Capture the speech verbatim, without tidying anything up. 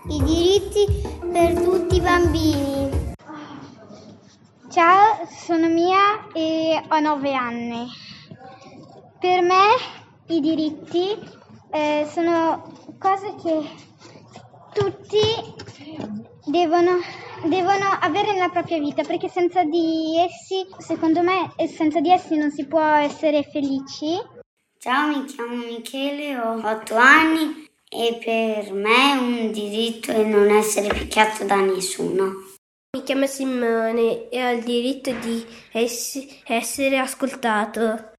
I diritti per tutti i bambini. Ciao, sono Mia e ho nove anni. Per me i diritti eh, sono cose che tutti devono, devono avere nella propria vita, perché senza di essi, secondo me, senza di essi non si può essere felici. Ciao, mi chiamo Michele, ho otto anni e per me è un diritto è non essere picchiato da nessuno. Mi chiamo Simone e ho il diritto di ess- essere ascoltato.